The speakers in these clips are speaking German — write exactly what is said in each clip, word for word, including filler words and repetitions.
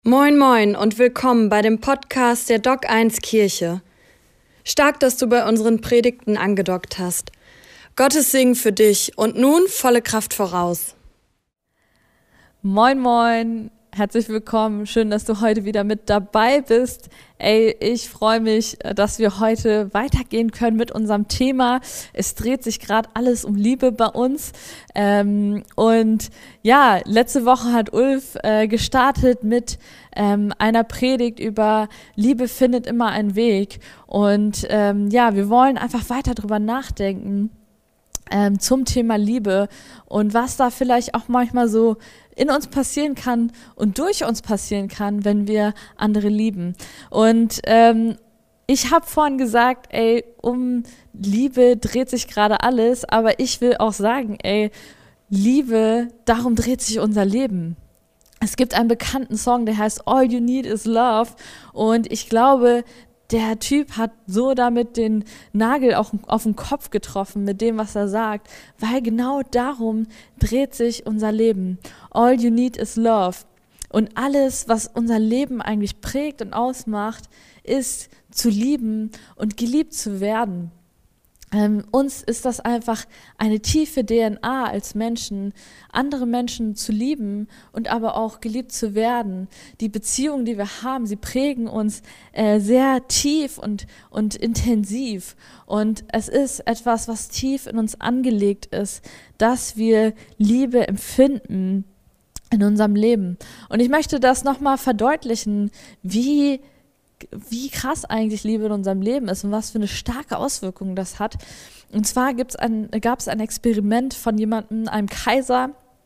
Moin moin und willkommen bei dem Podcast der Doc eins Kirche. Stark, dass du bei unseren Predigten angedockt hast. Gottes Segen für dich und nun volle Kraft voraus. Moin moin, herzlich willkommen, schön, dass du heute wieder mit dabei bist. Ey, ich freue mich, dass wir heute weitergehen können mit unserem Thema. Es dreht sich gerade alles um Liebe bei uns. Ähm, und ja, letzte Woche hat Ulf äh, gestartet mit ähm, einer Predigt über Liebe findet immer einen Weg. Und ähm, ja, wir wollen einfach weiter drüber nachdenken ähm, zum Thema Liebe und was da vielleicht auch manchmal so in uns passieren kann und durch uns passieren kann, wenn wir andere lieben. Und ähm, ich habe vorhin gesagt, ey, um Liebe dreht sich gerade alles, aber ich will auch sagen, ey, Liebe, darum dreht sich unser Leben. Es gibt einen bekannten Song, der heißt All You Need Is Love, und ich glaube, der Typ hat so damit den Nagel auch auf den Kopf getroffen mit dem, was er sagt, weil genau darum dreht sich unser Leben. All you need is love. Und alles, was unser Leben eigentlich prägt und ausmacht, ist zu lieben und geliebt zu werden. Ähm, uns ist das einfach eine tiefe D N A als Menschen, andere Menschen zu lieben und aber auch geliebt zu werden. Die Beziehungen, die wir haben, sie prägen uns äh, sehr tief und, und intensiv. Und es ist etwas, was tief in uns angelegt ist, dass wir Liebe empfinden in unserem Leben. Und ich möchte das nochmal verdeutlichen, wie wie krass eigentlich Liebe in unserem Leben ist und was für eine starke Auswirkung das hat. Und zwar gibt's ein, gab es ein Experiment von jemandem, einem Kaiser,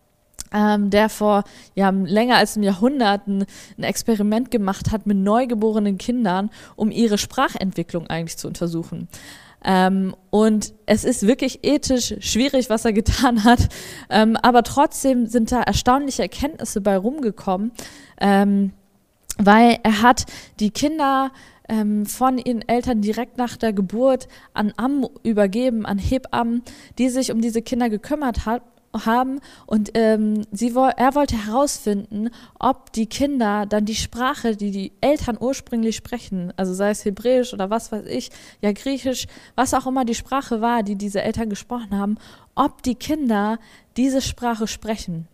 ähm, der vor ja, länger als einem Jahrhundert ein, ein Experiment gemacht hat mit neugeborenen Kindern, um ihre Sprachentwicklung eigentlich zu untersuchen. Ähm, und es ist wirklich ethisch schwierig, was er getan hat, ähm, aber trotzdem sind da erstaunliche Erkenntnisse bei rumgekommen, ähm, weil er hat die Kinder ähm, von ihren Eltern direkt nach der Geburt an Ammen übergeben, an Hebammen, die sich um diese Kinder gekümmert hat, haben. Und ähm, sie, er wollte herausfinden, ob die Kinder dann die Sprache, die die Eltern ursprünglich sprechen, also sei es Hebräisch oder was weiß ich, ja Griechisch, was auch immer die Sprache war, die diese Eltern gesprochen haben, ob die Kinder diese Sprache sprechen,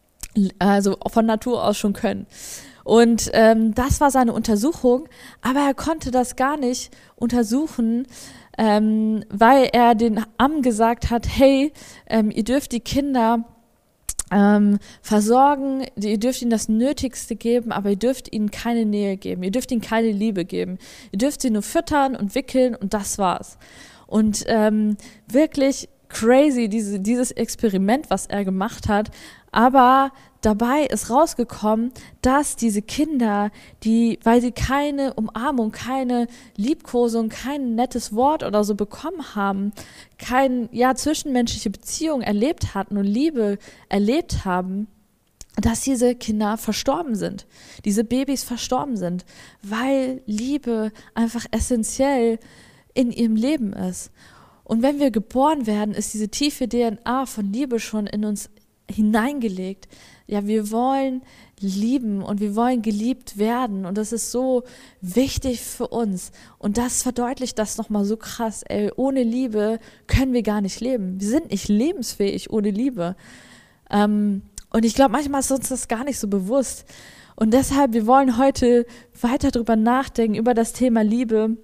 also von Natur aus schon können. Und ähm, das war seine Untersuchung, aber er konnte das gar nicht untersuchen, ähm, weil er den Ammen gesagt hat, hey, ähm, ihr dürft die Kinder ähm, versorgen, ihr dürft ihnen das Nötigste geben, aber ihr dürft ihnen keine Nähe geben, ihr dürft ihnen keine Liebe geben. Ihr dürft sie nur füttern und wickeln und das war's. Und ähm, wirklich crazy, diese, dieses Experiment, was er gemacht hat, aber dabei ist rausgekommen, dass diese Kinder, die, weil sie keine Umarmung, keine Liebkosung, kein nettes Wort oder so bekommen haben, keine ja, zwischenmenschliche Beziehung erlebt hatten und Liebe erlebt haben, dass diese Kinder verstorben sind, diese Babys verstorben sind, weil Liebe einfach essentiell in ihrem Leben ist. Und wenn wir geboren werden, ist diese tiefe D N A von Liebe schon in uns hineingelegt. Ja, wir wollen lieben und wir wollen geliebt werden und das ist so wichtig für uns und das verdeutlicht das nochmal so krass, ey, ohne Liebe können wir gar nicht leben. Wir sind nicht lebensfähig ohne Liebe. Ähm, und ich glaube, manchmal ist uns das gar nicht so bewusst und deshalb, wir wollen heute weiter drüber nachdenken, über das Thema Liebe.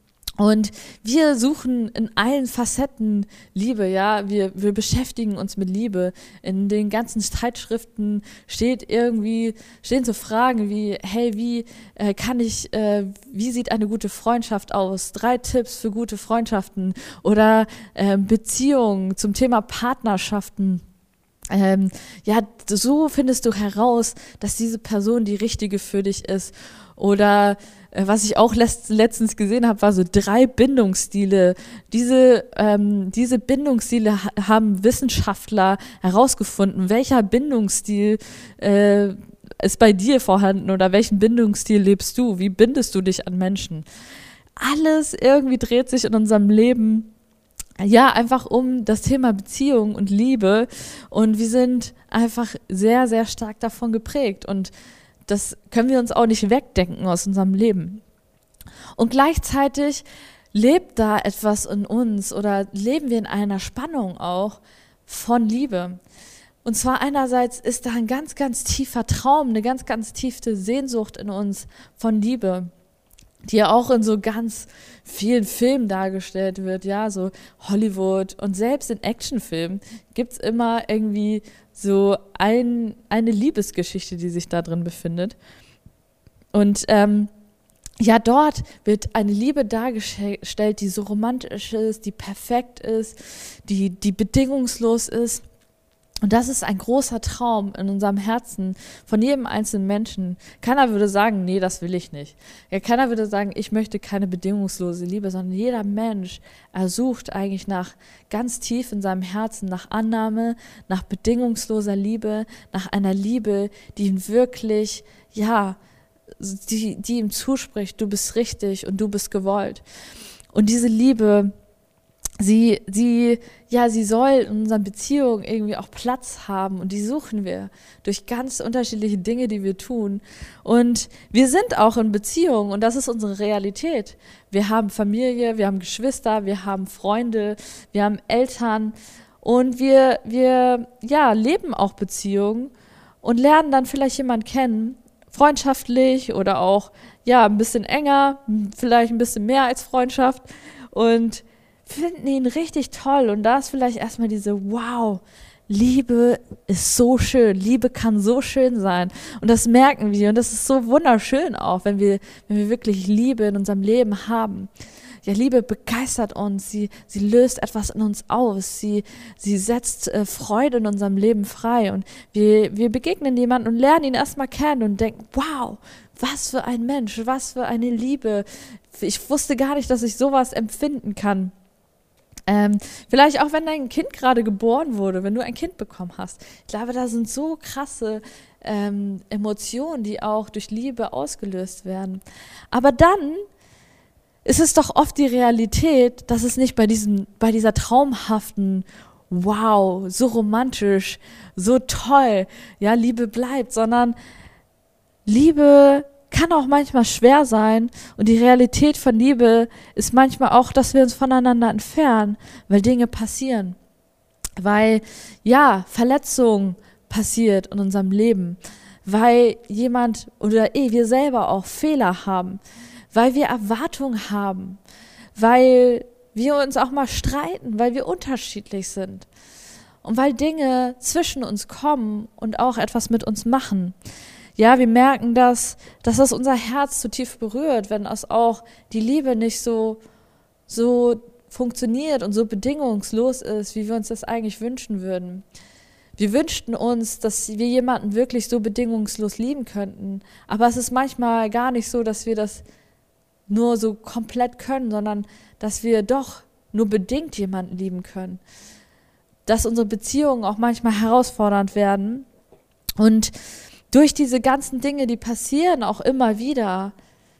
Und wir suchen in allen Facetten Liebe, ja, wir, wir beschäftigen uns mit Liebe. In den ganzen Zeitschriften steht irgendwie, stehen so Fragen wie, hey, wie äh, kann ich, äh, wie sieht eine gute Freundschaft aus? Drei Tipps für gute Freundschaften oder äh, Beziehungen zum Thema Partnerschaften. Ähm, ja, so findest du heraus, dass diese Person die richtige für dich ist. Oder äh, was ich auch letzt, letztens gesehen habe, war so drei Bindungsstile. Diese, ähm, diese Bindungsstile ha- haben Wissenschaftler herausgefunden. Welcher Bindungsstil äh, ist bei dir vorhanden oder welchen Bindungsstil lebst du? Wie bindest du dich an Menschen? Alles irgendwie dreht sich in unserem Leben ja, einfach um das Thema Beziehung und Liebe und wir sind einfach sehr, sehr stark davon geprägt und das können wir uns auch nicht wegdenken aus unserem Leben. Und gleichzeitig lebt da etwas in uns oder leben wir in einer Spannung auch von Liebe. Und zwar einerseits ist da ein ganz, ganz tiefer Traum, eine ganz, ganz tiefe Sehnsucht in uns von Liebe, die ja auch in so ganz vielen Filmen dargestellt wird, ja, so Hollywood und selbst in Actionfilmen gibt es immer irgendwie so ein, eine Liebesgeschichte, die sich da drin befindet. Und ähm, ja, dort wird eine Liebe dargestellt, die so romantisch ist, die perfekt ist, die, die bedingungslos ist. Und das ist ein großer Traum in unserem Herzen von jedem einzelnen Menschen. Keiner würde sagen, nee, das will ich nicht. Ja, keiner würde sagen, ich möchte keine bedingungslose Liebe, sondern jeder Mensch, er sucht eigentlich nach ganz tief in seinem Herzen nach Annahme, nach bedingungsloser Liebe, nach einer Liebe, die ihn wirklich, ja, die, die ihm zuspricht, du bist richtig und du bist gewollt. Und diese Liebe, sie, sie, ja, sie soll in unseren Beziehungen irgendwie auch Platz haben und die suchen wir durch ganz unterschiedliche Dinge, die wir tun. Und wir sind auch in Beziehungen und das ist unsere Realität. Wir haben Familie, wir haben Geschwister, wir haben Freunde, wir haben Eltern und wir, wir, ja, leben auch Beziehungen und lernen dann vielleicht jemanden kennen, freundschaftlich oder auch, ja, ein bisschen enger, vielleicht ein bisschen mehr als Freundschaft und finden ihn richtig toll und da ist vielleicht erstmal diese, wow, Liebe ist so schön, Liebe kann so schön sein und das merken wir und das ist so wunderschön auch, wenn wir, wenn wir wirklich Liebe in unserem Leben haben. Ja, Liebe begeistert uns, sie, sie löst etwas in uns aus, sie, sie setzt äh, Freude in unserem Leben frei und wir, wir begegnen jemanden und lernen ihn erstmal kennen und denken, wow, was für ein Mensch, was für eine Liebe. Ich wusste gar nicht, dass ich sowas empfinden kann. Ähm, vielleicht auch, wenn dein Kind gerade geboren wurde, wenn du ein Kind bekommen hast. Ich glaube, da sind so krasse ähm, Emotionen, die auch durch Liebe ausgelöst werden. Aber dann ist es doch oft die Realität, dass es nicht bei diesem, bei dieser traumhaften, wow, so romantisch, so toll, ja, Liebe bleibt, sondern Liebe kann auch manchmal schwer sein und die Realität von Liebe ist manchmal auch, dass wir uns voneinander entfernen, weil Dinge passieren, weil, ja, Verletzung passiert in unserem Leben, weil jemand oder eh, wir selber auch Fehler haben, weil wir Erwartungen haben, weil wir uns auch mal streiten, weil wir unterschiedlich sind und weil Dinge zwischen uns kommen und auch etwas mit uns machen. Ja, wir merken, dass, dass das unser Herz zu tief berührt, wenn es auch die Liebe nicht so, so funktioniert und so bedingungslos ist, wie wir uns das eigentlich wünschen würden. Wir wünschten uns, dass wir jemanden wirklich so bedingungslos lieben könnten, aber es ist manchmal gar nicht so, dass wir das nur so komplett können, sondern dass wir doch nur bedingt jemanden lieben können. Dass unsere Beziehungen auch manchmal herausfordernd werden und durch diese ganzen Dinge, die passieren, auch immer wieder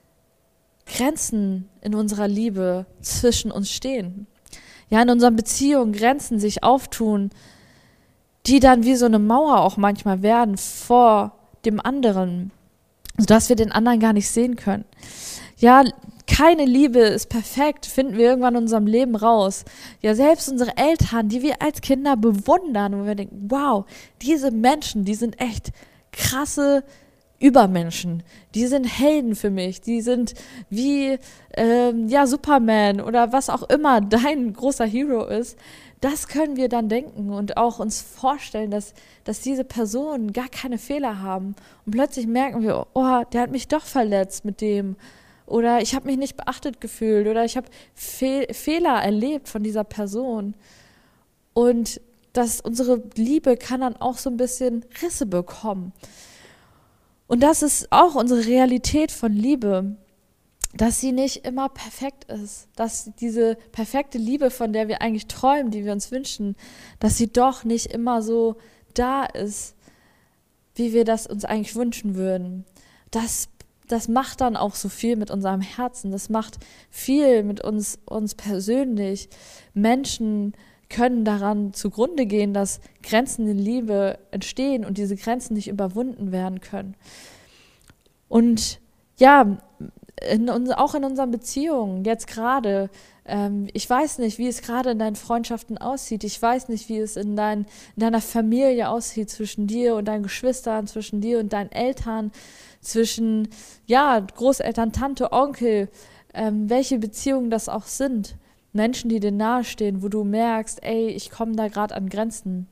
Grenzen in unserer Liebe zwischen uns stehen. Ja, in unseren Beziehungen Grenzen sich auftun, die dann wie so eine Mauer auch manchmal werden vor dem anderen, sodass wir den anderen gar nicht sehen können. Ja, keine Liebe ist perfekt, finden wir irgendwann in unserem Leben raus. Ja, selbst unsere Eltern, die wir als Kinder bewundern, wo wir denken, wow, diese Menschen, die sind echt krasse Übermenschen, die sind Helden für mich, die sind wie ähm, ja Superman oder was auch immer dein großer Hero ist, das können wir dann denken und auch uns vorstellen, dass, dass diese Personen gar keine Fehler haben und plötzlich merken wir, oh, der hat mich doch verletzt mit dem oder ich habe mich nicht beachtet gefühlt oder ich habe Fe- Fehler erlebt von dieser Person und dass unsere Liebe kann dann auch so ein bisschen Risse bekommen. Und das ist auch unsere Realität von Liebe, dass sie nicht immer perfekt ist, dass diese perfekte Liebe, von der wir eigentlich träumen, die wir uns wünschen, dass sie doch nicht immer so da ist, wie wir das uns eigentlich wünschen würden. Das, das macht dann auch so viel mit unserem Herzen, das macht viel mit uns, uns persönlich. Menschen können daran zugrunde gehen, dass Grenzen in Liebe entstehen und diese Grenzen nicht überwunden werden können. Und ja, in uns, auch in unseren Beziehungen, jetzt gerade, ähm, ich weiß nicht, wie es gerade in deinen Freundschaften aussieht. Ich weiß nicht, wie es in, dein, in deiner Familie aussieht, zwischen dir und deinen Geschwistern, zwischen dir und deinen Eltern, zwischen ja, Großeltern, Tante, Onkel, ähm, welche Beziehungen das auch sind. Menschen, die dir nahestehen, wo du merkst, ey, ich komme da gerade an Grenzen.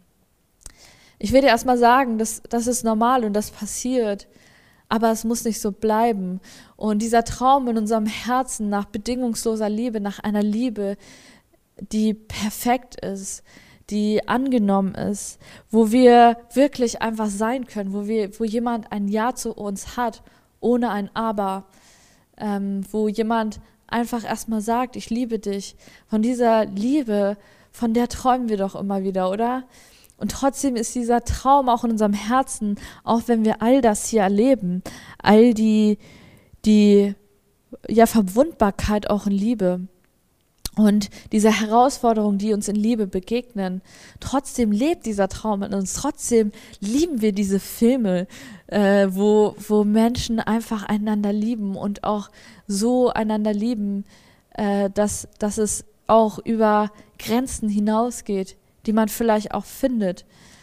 Ich will dir erstmal sagen, das, das ist normal und das passiert, aber es muss nicht so bleiben. Und dieser Traum in unserem Herzen nach bedingungsloser Liebe, nach einer Liebe, die perfekt ist, die angenommen ist, wo wir wirklich einfach sein können, wo wir, wo jemand ein Ja zu uns hat, ohne ein Aber, ähm, wo jemand einfach erstmal sagt, ich liebe dich. Von dieser Liebe, von der träumen wir doch immer wieder, oder? Und trotzdem ist dieser Traum auch in unserem Herzen, auch wenn wir all das hier erleben, all die, die ja, Verwundbarkeit auch in Liebe und diese Herausforderungen, die uns in Liebe begegnen, trotzdem lebt dieser Traum in uns, trotzdem lieben wir diese Filme, äh, wo, wo Menschen einfach einander lieben und auch so einander lieben, äh, dass, dass es auch über Grenzen hinausgeht, die man vielleicht auch findet.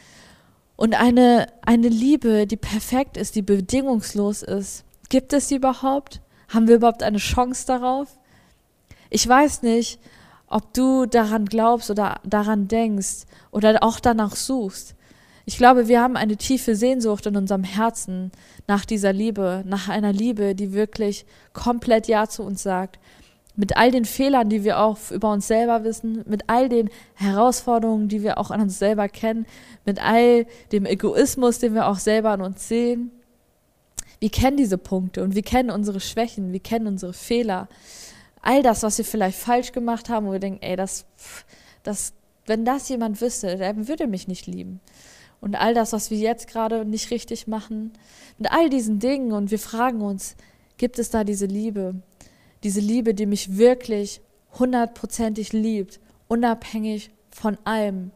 Und eine, eine Liebe, die perfekt ist, die bedingungslos ist, gibt es sie überhaupt? Haben wir überhaupt eine Chance darauf? Ich weiß nicht, ob du daran glaubst oder daran denkst oder auch danach suchst. Ich glaube, wir haben eine tiefe Sehnsucht in unserem Herzen nach dieser Liebe, nach einer Liebe, die wirklich komplett Ja zu uns sagt. Mit all den Fehlern, die wir auch über uns selber wissen, mit all den Herausforderungen, die wir auch an uns selber kennen, mit all dem Egoismus, den wir auch selber an uns sehen. Wir kennen diese Punkte und wir kennen unsere Schwächen, wir kennen unsere Fehler. All das, was wir vielleicht falsch gemacht haben, wo wir denken, ey, das, das, wenn das jemand wüsste, der würde mich nicht lieben. Und all das, was wir jetzt gerade nicht richtig machen, mit all diesen Dingen, und wir fragen uns, gibt es da diese Liebe? Diese Liebe, die mich wirklich hundertprozentig liebt, unabhängig von allem.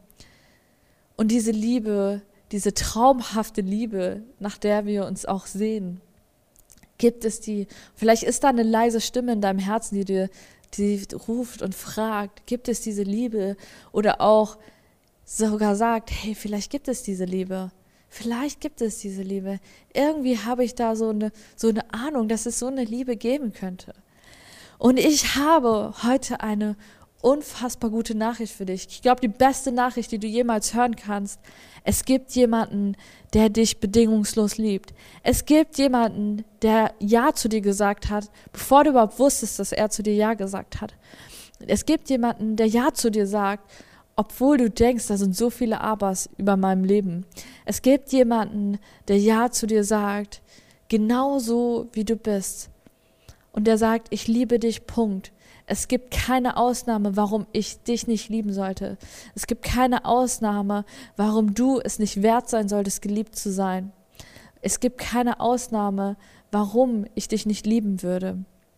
Und diese Liebe, diese traumhafte Liebe, nach der wir uns auch sehen, gibt es die? Vielleicht ist da eine leise Stimme in deinem Herzen, die dir die ruft und fragt, gibt es diese Liebe? Oder auch sogar sagt, hey, vielleicht gibt es diese Liebe. Vielleicht gibt es diese Liebe. Irgendwie habe ich da so eine, so eine Ahnung, dass es so eine Liebe geben könnte. Und ich habe heute eine unfassbar gute Nachricht für dich. Ich glaube, die beste Nachricht, die du jemals hören kannst. Es gibt jemanden, der dich bedingungslos liebt. Es gibt jemanden, der Ja zu dir gesagt hat, bevor du überhaupt wusstest, dass er zu dir Ja gesagt hat. Es gibt jemanden, der Ja zu dir sagt, obwohl du denkst, da sind so viele Abers über meinem Leben. Es gibt jemanden, der Ja zu dir sagt, genauso wie du bist. Und der sagt, ich liebe dich, Punkt. Es gibt keine Ausnahme, warum ich dich nicht lieben sollte. Es gibt keine Ausnahme, warum du es nicht wert sein solltest, geliebt zu sein. Es gibt keine Ausnahme, warum ich dich nicht lieben würde.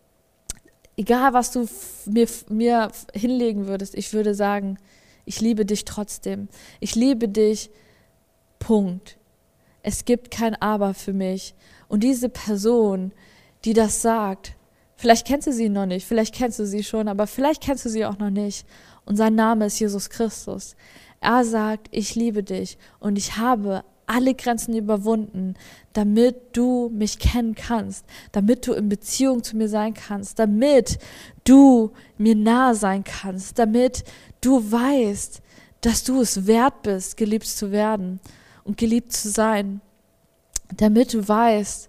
Egal, was du mir, mir hinlegen würdest, ich würde sagen, ich liebe dich trotzdem. Ich liebe dich, Punkt. Es gibt kein Aber für mich. Und diese Person, die das sagt, vielleicht kennst du sie noch nicht, vielleicht kennst du sie schon, aber vielleicht kennst du sie auch noch nicht. Und sein Name ist Jesus Christus. Er sagt, ich liebe dich und ich habe alle Grenzen überwunden, damit du mich kennen kannst, damit du in Beziehung zu mir sein kannst, damit du mir nahe sein kannst, damit du weißt, dass du es wert bist, geliebt zu werden und geliebt zu sein, damit du weißt,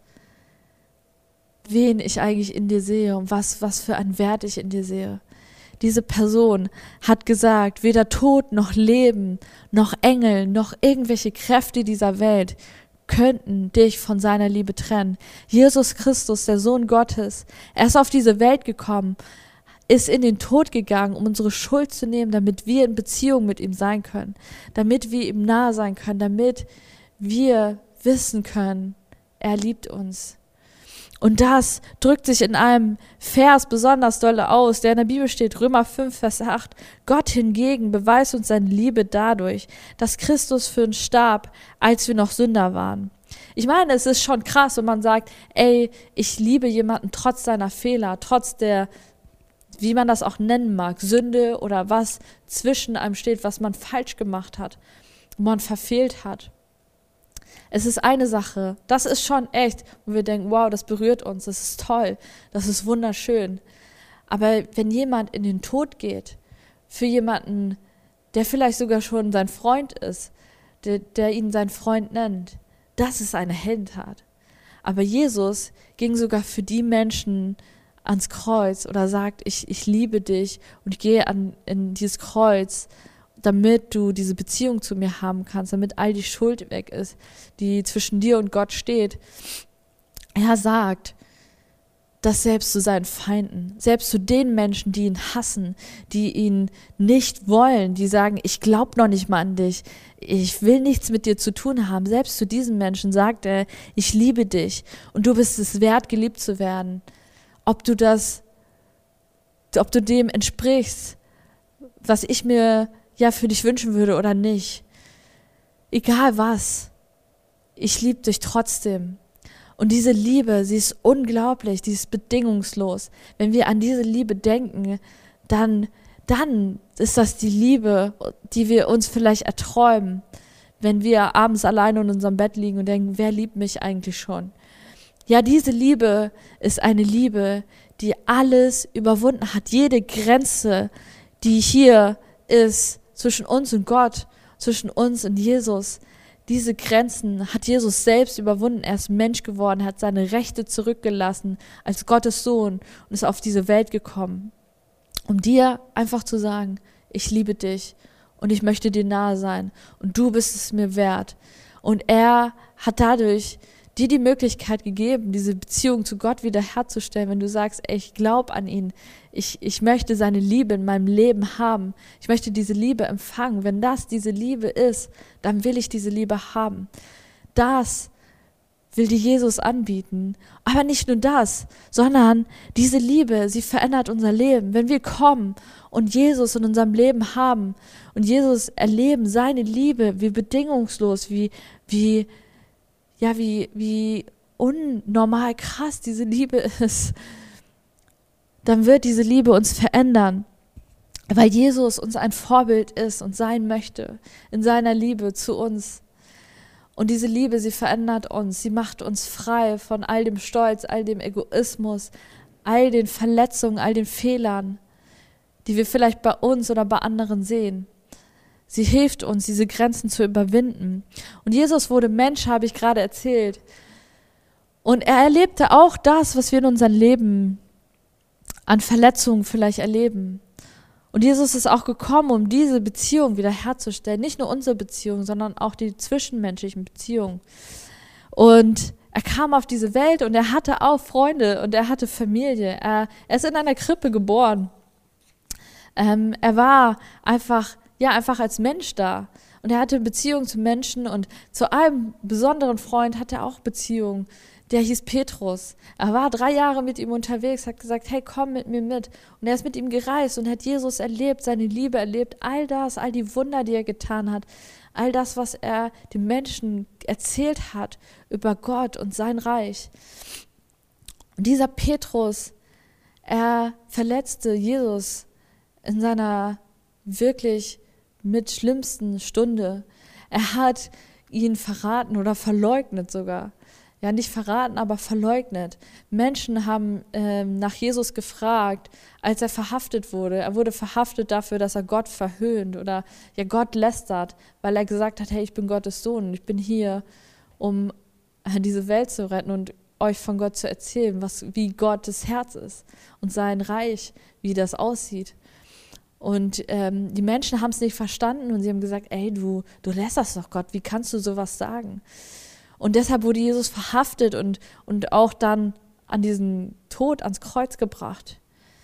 wen ich eigentlich in dir sehe und was, was für einen Wert ich in dir sehe. Diese Person hat gesagt, weder Tod noch Leben, noch Engel, noch irgendwelche Kräfte dieser Welt könnten dich von seiner Liebe trennen. Jesus Christus, der Sohn Gottes, er ist auf diese Welt gekommen, ist in den Tod gegangen, um unsere Schuld zu nehmen, damit wir in Beziehung mit ihm sein können, damit wir ihm nahe sein können, damit wir wissen können, er liebt uns. Und das drückt sich in einem Vers besonders dolle aus, der in der Bibel steht, Römer fünf, Vers acht. Gott hingegen beweist uns seine Liebe dadurch, dass Christus für uns starb, als wir noch Sünder waren. Ich meine, es ist schon krass, wenn man sagt, ey, ich liebe jemanden trotz seiner Fehler, trotz der, wie man das auch nennen mag, Sünde oder was zwischen einem steht, was man falsch gemacht hat, wo man verfehlt hat. Es ist eine Sache, das ist schon echt, wo wir denken, wow, das berührt uns, das ist toll, das ist wunderschön. Aber wenn jemand in den Tod geht, für jemanden, der vielleicht sogar schon sein Freund ist, der, der ihn sein Freund nennt, das ist eine Heldentat. Aber Jesus ging sogar für die Menschen ans Kreuz oder sagt, ich, ich liebe dich und ich gehe an, in dieses Kreuz, damit du diese Beziehung zu mir haben kannst, damit all die Schuld weg ist, die zwischen dir und Gott steht. Er sagt, dass selbst zu seinen Feinden, selbst zu den Menschen, die ihn hassen, die ihn nicht wollen, die sagen, ich glaube noch nicht mal an dich, ich will nichts mit dir zu tun haben, selbst zu diesen Menschen sagt er, ich liebe dich und du bist es wert, geliebt zu werden. Ob du das, ob du dem entsprichst, was ich mir ja für dich wünschen würde oder nicht. Egal was, ich liebe dich trotzdem. Und diese Liebe, sie ist unglaublich, die ist bedingungslos. Wenn wir an diese Liebe denken, dann, dann ist das die Liebe, die wir uns vielleicht erträumen, wenn wir abends alleine in unserem Bett liegen und denken, wer liebt mich eigentlich schon? Ja, diese Liebe ist eine Liebe, die alles überwunden hat. Jede Grenze, die hier ist zwischen uns und Gott, zwischen uns und Jesus, diese Grenzen hat Jesus selbst überwunden. Er ist Mensch geworden, hat seine Rechte zurückgelassen als Gottes Sohn und ist auf diese Welt gekommen, um dir einfach zu sagen, ich liebe dich und ich möchte dir nahe sein und du bist es mir wert. Und er hat dadurch dir die Möglichkeit gegeben, diese Beziehung zu Gott wiederherzustellen, wenn du sagst, ey, ich glaube an ihn, ich, ich möchte seine Liebe in meinem Leben haben, ich möchte diese Liebe empfangen. Wenn das diese Liebe ist, dann will ich diese Liebe haben. Das will dir Jesus anbieten. Aber nicht nur das, sondern diese Liebe, sie verändert unser Leben. Wenn wir kommen und Jesus in unserem Leben haben und Jesus erleben, seine Liebe, wie bedingungslos, wie, wie ja, wie, wie unnormal krass diese Liebe ist, dann wird diese Liebe uns verändern, weil Jesus uns ein Vorbild ist und sein möchte in seiner Liebe zu uns. Und diese Liebe, sie verändert uns, sie macht uns frei von all dem Stolz, all dem Egoismus, all den Verletzungen, all den Fehlern, die wir vielleicht bei uns oder bei anderen sehen. Sie hilft uns, diese Grenzen zu überwinden. Und Jesus wurde Mensch, habe ich gerade erzählt. Und er erlebte auch das, was wir in unserem Leben an Verletzungen vielleicht erleben. Und Jesus ist auch gekommen, um diese Beziehung wiederherzustellen. Nicht nur unsere Beziehung, sondern auch die zwischenmenschlichen Beziehungen. Und er kam auf diese Welt und er hatte auch Freunde und er hatte Familie. Er, er ist in einer Krippe geboren. Ähm, er war einfach... ja, einfach als Mensch da. Und er hatte Beziehungen zu Menschen und zu einem besonderen Freund hatte er auch Beziehungen. Der hieß Petrus. Er war drei Jahre mit ihm unterwegs, hat gesagt, hey, komm mit mir mit. Und er ist mit ihm gereist und hat Jesus erlebt, seine Liebe erlebt, all das, all die Wunder, die er getan hat, all das, was er den Menschen erzählt hat über Gott und sein Reich. Und dieser Petrus, er verletzte Jesus in seiner wirklich mit schlimmsten Stunde. Er hat ihn verraten oder verleugnet sogar. Ja, nicht verraten, aber verleugnet. Menschen haben ähm, nach Jesus gefragt, als er verhaftet wurde. Er wurde verhaftet dafür, dass er Gott verhöhnt oder ja Gott lästert, weil er gesagt hat, hey, ich bin Gottes Sohn und ich bin hier, um diese Welt zu retten und euch von Gott zu erzählen, was, wie Gottes Herz ist und sein Reich, wie das aussieht. Und ähm, die Menschen haben es nicht verstanden und sie haben gesagt, ey, du, du lästerst doch Gott, wie kannst du sowas sagen? Und deshalb wurde Jesus verhaftet und, und auch dann an diesen Tod, ans Kreuz gebracht.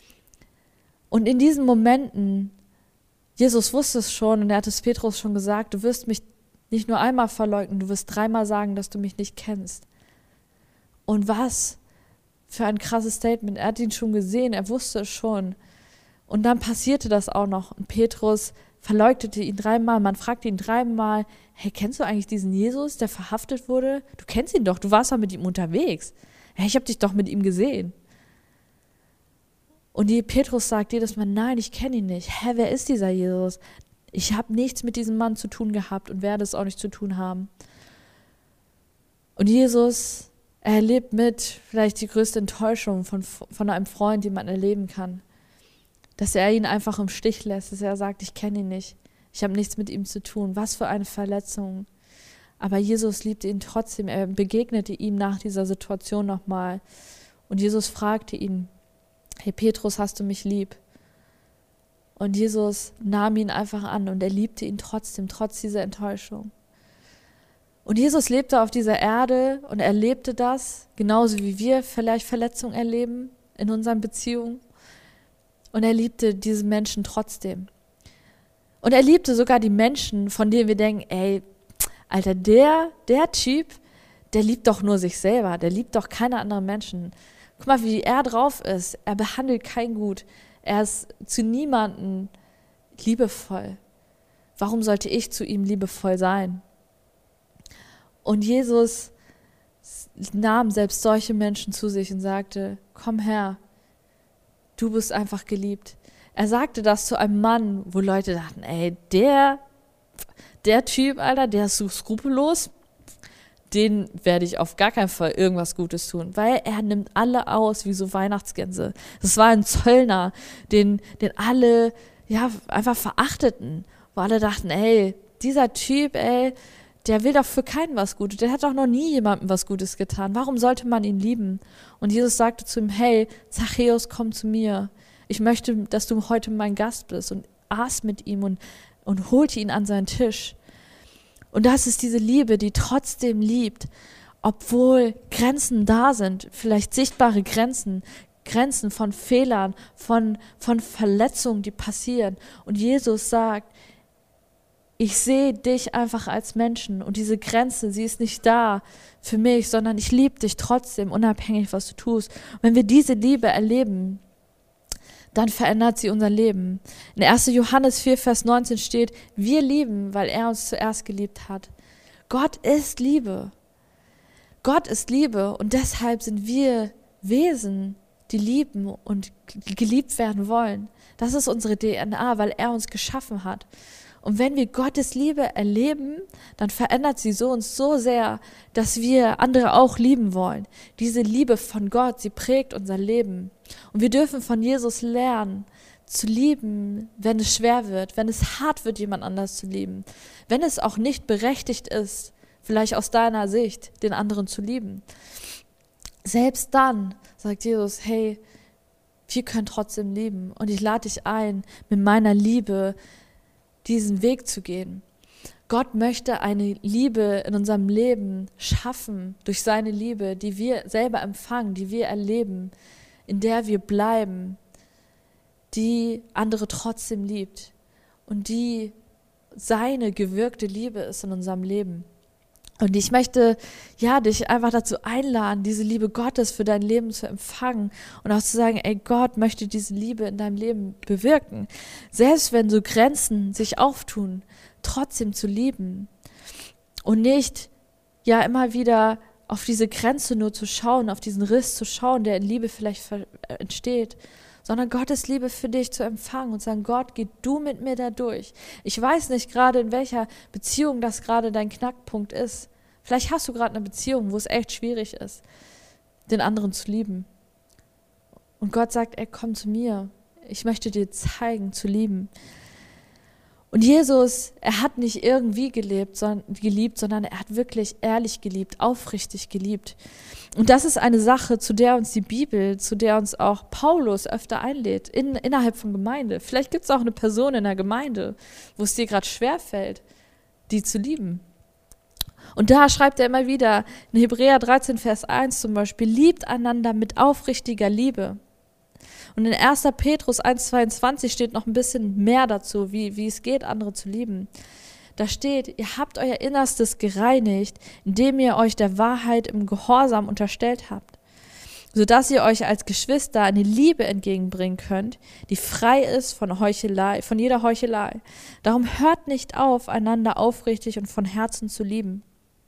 Und in diesen Momenten, Jesus wusste es schon und er hat es Petrus schon gesagt, du wirst mich nicht nur einmal verleugnen, du wirst dreimal sagen, dass du mich nicht kennst. Und was für ein krasses Statement, er hat ihn schon gesehen, er wusste es schon. Und dann passierte das auch noch. Und Petrus verleugnete ihn dreimal. Man fragte ihn dreimal, hey, kennst du eigentlich diesen Jesus, der verhaftet wurde? Du kennst ihn doch, du warst doch mit ihm unterwegs. Hey, ich habe dich doch mit ihm gesehen. Und die Petrus sagt jedes Mal, nein, ich kenne ihn nicht. Hä, wer ist dieser Jesus? Ich habe nichts mit diesem Mann zu tun gehabt und werde es auch nicht zu tun haben. Und Jesus, er erlebt mit vielleicht die größte Enttäuschung von, von einem Freund, die man erleben kann. Dass er ihn einfach im Stich lässt, dass er sagt, ich kenne ihn nicht. Ich habe nichts mit ihm zu tun. Was für eine Verletzung. Aber Jesus liebte ihn trotzdem. Er begegnete ihm nach dieser Situation nochmal. Und Jesus fragte ihn, hey Petrus, hast du mich lieb? Und Jesus nahm ihn einfach an und er liebte ihn trotzdem, trotz dieser Enttäuschung. Und Jesus lebte auf dieser Erde und erlebte das, genauso wie wir vielleicht Verletzungen erleben in unseren Beziehungen. Und er liebte diese Menschen trotzdem. Und er liebte sogar die Menschen, von denen wir denken, ey, Alter, der, der Typ, der liebt doch nur sich selber, der liebt doch keine anderen Menschen. Guck mal, wie er drauf ist. Er behandelt keinen gut. Er ist zu niemandem liebevoll. Warum sollte ich zu ihm liebevoll sein? Und Jesus nahm selbst solche Menschen zu sich und sagte, komm her, du bist einfach geliebt. Er sagte das zu einem Mann, wo Leute dachten, ey, der, der Typ, Alter, der ist so skrupellos, den werde ich auf gar keinen Fall irgendwas Gutes tun, weil er nimmt alle aus wie so Weihnachtsgänse. Das war ein Zöllner, den, den alle ja einfach verachteten, wo alle dachten, ey, dieser Typ, ey, der will doch für keinen was Gutes, der hat doch noch nie jemandem was Gutes getan. Warum sollte man ihn lieben? Und Jesus sagte zu ihm, hey, Zachäus, komm zu mir. Ich möchte, dass du heute mein Gast bist, und aß mit ihm und, und holte ihn an seinen Tisch. Und das ist diese Liebe, die trotzdem liebt, obwohl Grenzen da sind, vielleicht sichtbare Grenzen, Grenzen von Fehlern, von, von Verletzungen, die passieren. Und Jesus sagt, ich sehe dich einfach als Menschen und diese Grenze, sie ist nicht da für mich, sondern ich liebe dich trotzdem, unabhängig, was du tust. Und wenn wir diese Liebe erleben, dann verändert sie unser Leben. In erster Johannes vier, Vers neunzehn steht, wir lieben, weil er uns zuerst geliebt hat. Gott ist Liebe. Gott ist Liebe und deshalb sind wir Wesen, die lieben und geliebt werden wollen. Das ist unsere D N A, weil er uns geschaffen hat. Und wenn wir Gottes Liebe erleben, dann verändert sie so uns so sehr, dass wir andere auch lieben wollen. Diese Liebe von Gott, sie prägt unser Leben. Und wir dürfen von Jesus lernen, zu lieben, wenn es schwer wird, wenn es hart wird, jemand anders zu lieben. Wenn es auch nicht berechtigt ist, vielleicht aus deiner Sicht, den anderen zu lieben. Selbst dann sagt Jesus, hey, wir können trotzdem lieben. Und ich lade dich ein, mit meiner Liebe diesen Weg zu gehen. Gott möchte eine Liebe in unserem Leben schaffen, durch seine Liebe, die wir selber empfangen, die wir erleben, in der wir bleiben, die andere trotzdem liebt und die seine gewirkte Liebe ist in unserem Leben. Und ich möchte ja dich einfach dazu einladen, diese Liebe Gottes für dein Leben zu empfangen und auch zu sagen, ey, Gott möchte diese Liebe in deinem Leben bewirken. Selbst wenn so Grenzen sich auftun, trotzdem zu lieben und nicht ja immer wieder auf diese Grenze nur zu schauen, auf diesen Riss zu schauen, der in Liebe vielleicht entsteht, sondern Gottes Liebe für dich zu empfangen und sagen, Gott, geh du mit mir da durch. Ich weiß nicht gerade, in welcher Beziehung das gerade dein Knackpunkt ist. Vielleicht hast du gerade eine Beziehung, wo es echt schwierig ist, den anderen zu lieben. Und Gott sagt, ey, komm zu mir. Ich möchte dir zeigen, zu lieben. Und Jesus, er hat nicht irgendwie gelebt, sondern, geliebt, sondern er hat wirklich ehrlich geliebt, aufrichtig geliebt. Und das ist eine Sache, zu der uns die Bibel, zu der uns auch Paulus öfter einlädt, in, innerhalb von Gemeinde. Vielleicht gibt es auch eine Person in der Gemeinde, wo es dir gerade schwerfällt, die zu lieben. Und da schreibt er immer wieder, in Hebräer dreizehn, Vers eins zum Beispiel, liebt einander mit aufrichtiger Liebe. Und in erster Petrus eins, zweiundzwanzig steht noch ein bisschen mehr dazu, wie, wie es geht, andere zu lieben. Da steht, ihr habt euer Innerstes gereinigt, indem ihr euch der Wahrheit im Gehorsam unterstellt habt. sodass ihr euch als Geschwister eine Liebe entgegenbringen könnt, die frei ist von Heuchelei, von jeder Heuchelei. Darum hört nicht auf, einander aufrichtig und von Herzen zu lieben.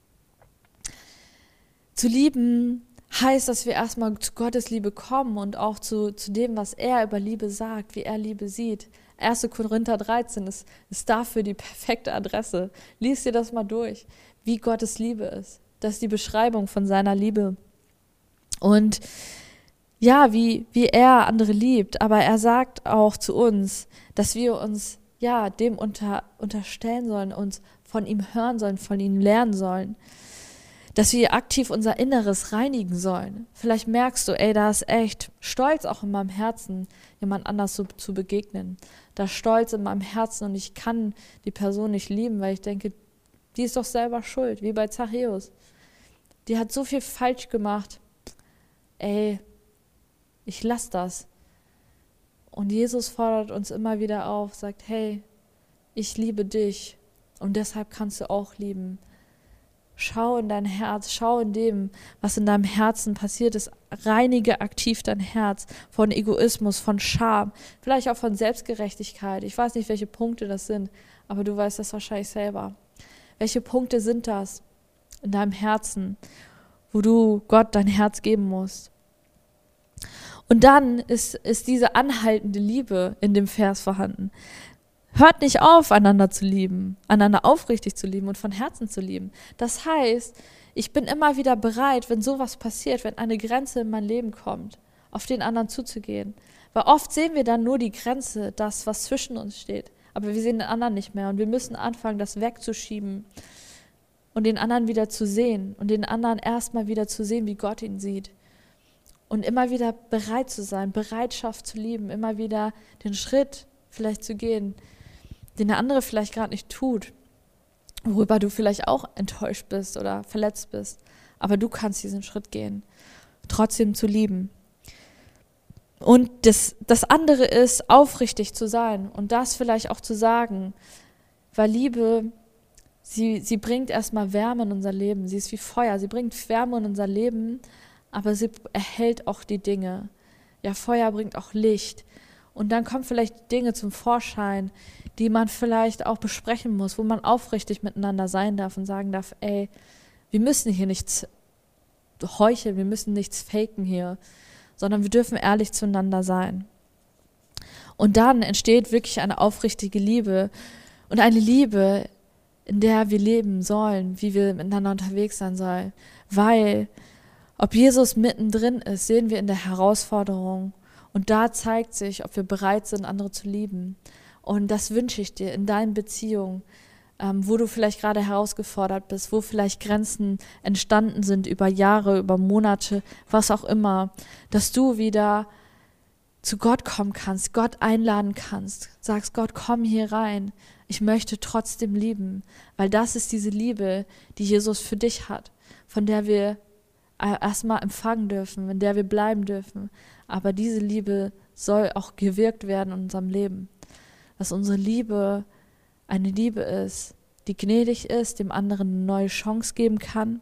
Zu lieben heißt, dass wir erstmal zu Gottes Liebe kommen und auch zu, zu dem, was er über Liebe sagt, wie er Liebe sieht. erster Korinther dreizehn ist, ist dafür die perfekte Adresse. Lies dir das mal durch, wie Gottes Liebe ist. Das ist die Beschreibung von seiner Liebe. Und ja, wie, wie er andere liebt, aber er sagt auch zu uns, dass wir uns ja dem unter, unterstellen sollen, uns von ihm hören sollen, von ihm lernen sollen. Dass wir aktiv unser Inneres reinigen sollen. Vielleicht merkst du, ey, da ist echt Stolz auch in meinem Herzen, jemand anders so zu begegnen. Da ist Stolz in meinem Herzen und ich kann die Person nicht lieben, weil ich denke, die ist doch selber schuld, wie bei Zachäus. Die hat so viel falsch gemacht. Ey, ich lass das. Und Jesus fordert uns immer wieder auf, sagt, hey, ich liebe dich und deshalb kannst du auch lieben. Schau in dein Herz, schau in dem, was in deinem Herzen passiert ist. Reinige aktiv dein Herz von Egoismus, von Scham, vielleicht auch von Selbstgerechtigkeit. Ich weiß nicht, welche Punkte das sind, aber du weißt das wahrscheinlich selber. Welche Punkte sind das in deinem Herzen, wo du Gott dein Herz geben musst? Und dann ist, ist diese anhaltende Liebe in dem Vers vorhanden. Hört nicht auf, einander zu lieben, einander aufrichtig zu lieben und von Herzen zu lieben. Das heißt, ich bin immer wieder bereit, wenn sowas passiert, wenn eine Grenze in mein Leben kommt, auf den anderen zuzugehen. Weil oft sehen wir dann nur die Grenze, das, was zwischen uns steht. Aber wir sehen den anderen nicht mehr und wir müssen anfangen, das wegzuschieben und den anderen wieder zu sehen und den anderen erstmal wieder zu sehen, wie Gott ihn sieht. Und immer wieder bereit zu sein, Bereitschaft zu lieben, immer wieder den Schritt vielleicht zu gehen, den der andere vielleicht gerade nicht tut, worüber du vielleicht auch enttäuscht bist oder verletzt bist. Aber du kannst diesen Schritt gehen, trotzdem zu lieben. Und das, das andere ist, aufrichtig zu sein und das vielleicht auch zu sagen, weil Liebe, sie, sie bringt erstmal Wärme in unser Leben. Sie ist wie Feuer, sie bringt Wärme in unser Leben, aber sie erhält auch die Dinge. Ja, Feuer bringt auch Licht. Und dann kommen vielleicht Dinge zum Vorschein, die man vielleicht auch besprechen muss, wo man aufrichtig miteinander sein darf und sagen darf, ey, wir müssen hier nichts heucheln, wir müssen nichts faken hier, sondern wir dürfen ehrlich zueinander sein. Und dann entsteht wirklich eine aufrichtige Liebe und eine Liebe, in der wir leben sollen, wie wir miteinander unterwegs sein sollen. Weil, ob Jesus mittendrin ist, sehen wir in der Herausforderung. Und da zeigt sich, ob wir bereit sind, andere zu lieben. Und das wünsche ich dir in deinen Beziehungen, ähm, wo du vielleicht gerade herausgefordert bist, wo vielleicht Grenzen entstanden sind über Jahre, über Monate, was auch immer, dass du wieder zu Gott kommen kannst, Gott einladen kannst, sagst, Gott, komm hier rein. Ich möchte trotzdem lieben, weil das ist diese Liebe, die Jesus für dich hat, von der wir erstmal empfangen dürfen, in der wir bleiben dürfen. Aber diese Liebe soll auch gewirkt werden in unserem Leben. Dass unsere Liebe eine Liebe ist, die gnädig ist, dem anderen eine neue Chance geben kann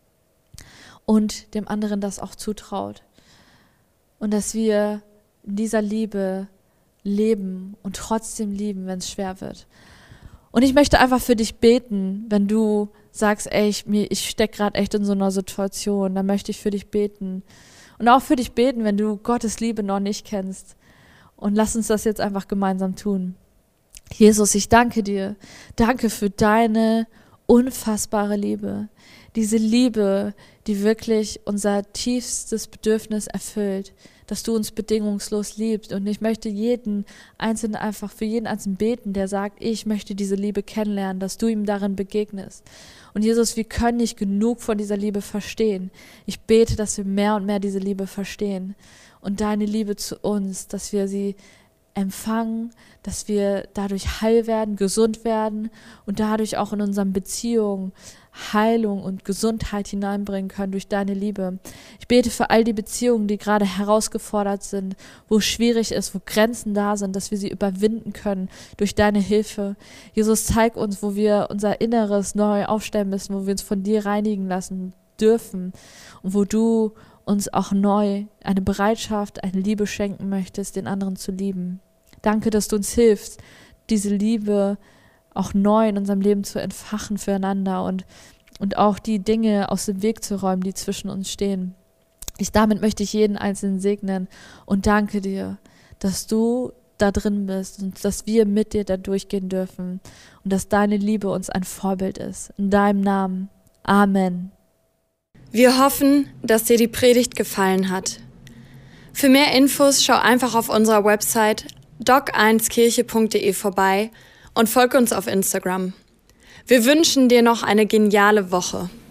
und dem anderen das auch zutraut. Und dass wir in dieser Liebe leben und trotzdem lieben, wenn es schwer wird. Und ich möchte einfach für dich beten, wenn du sagst, ey, ich, ich stecke gerade echt in so einer Situation, dann möchte ich für dich beten. Und auch für dich beten, wenn du Gottes Liebe noch nicht kennst. Und lass uns das jetzt einfach gemeinsam tun. Jesus, ich danke dir. Danke für deine unfassbare Liebe. Diese Liebe, die wirklich unser tiefstes Bedürfnis erfüllt, dass du uns bedingungslos liebst. Und ich möchte jeden Einzelnen einfach für jeden Einzelnen beten, der sagt, ich möchte diese Liebe kennenlernen, dass du ihm darin begegnest. Und Jesus, wir können nicht genug von dieser Liebe verstehen. Ich bete, dass wir mehr und mehr diese Liebe verstehen. Und deine Liebe zu uns, dass wir sie empfangen, dass wir dadurch heil werden, gesund werden und dadurch auch in unseren Beziehungen Heilung und Gesundheit hineinbringen können durch deine Liebe. Ich bete für all die Beziehungen, die gerade herausgefordert sind, wo es schwierig ist, wo Grenzen da sind, dass wir sie überwinden können durch deine Hilfe. Jesus, zeig uns, wo wir unser Inneres neu aufstellen müssen, wo wir uns von dir reinigen lassen dürfen und wo du uns auch neu eine Bereitschaft, eine Liebe schenken möchtest, den anderen zu lieben. Danke, dass du uns hilfst, diese Liebe auch neu in unserem Leben zu entfachen füreinander und, und auch die Dinge aus dem Weg zu räumen, die zwischen uns stehen. Ich, damit möchte ich jeden Einzelnen segnen und danke dir, dass du da drin bist und dass wir mit dir da durchgehen dürfen und dass deine Liebe uns ein Vorbild ist. In deinem Namen. Amen. Wir hoffen, dass dir die Predigt gefallen hat. Für mehr Infos schau einfach auf unserer Website doc eins kirche punkt de vorbei und folge uns auf Instagram. Wir wünschen dir noch eine geniale Woche.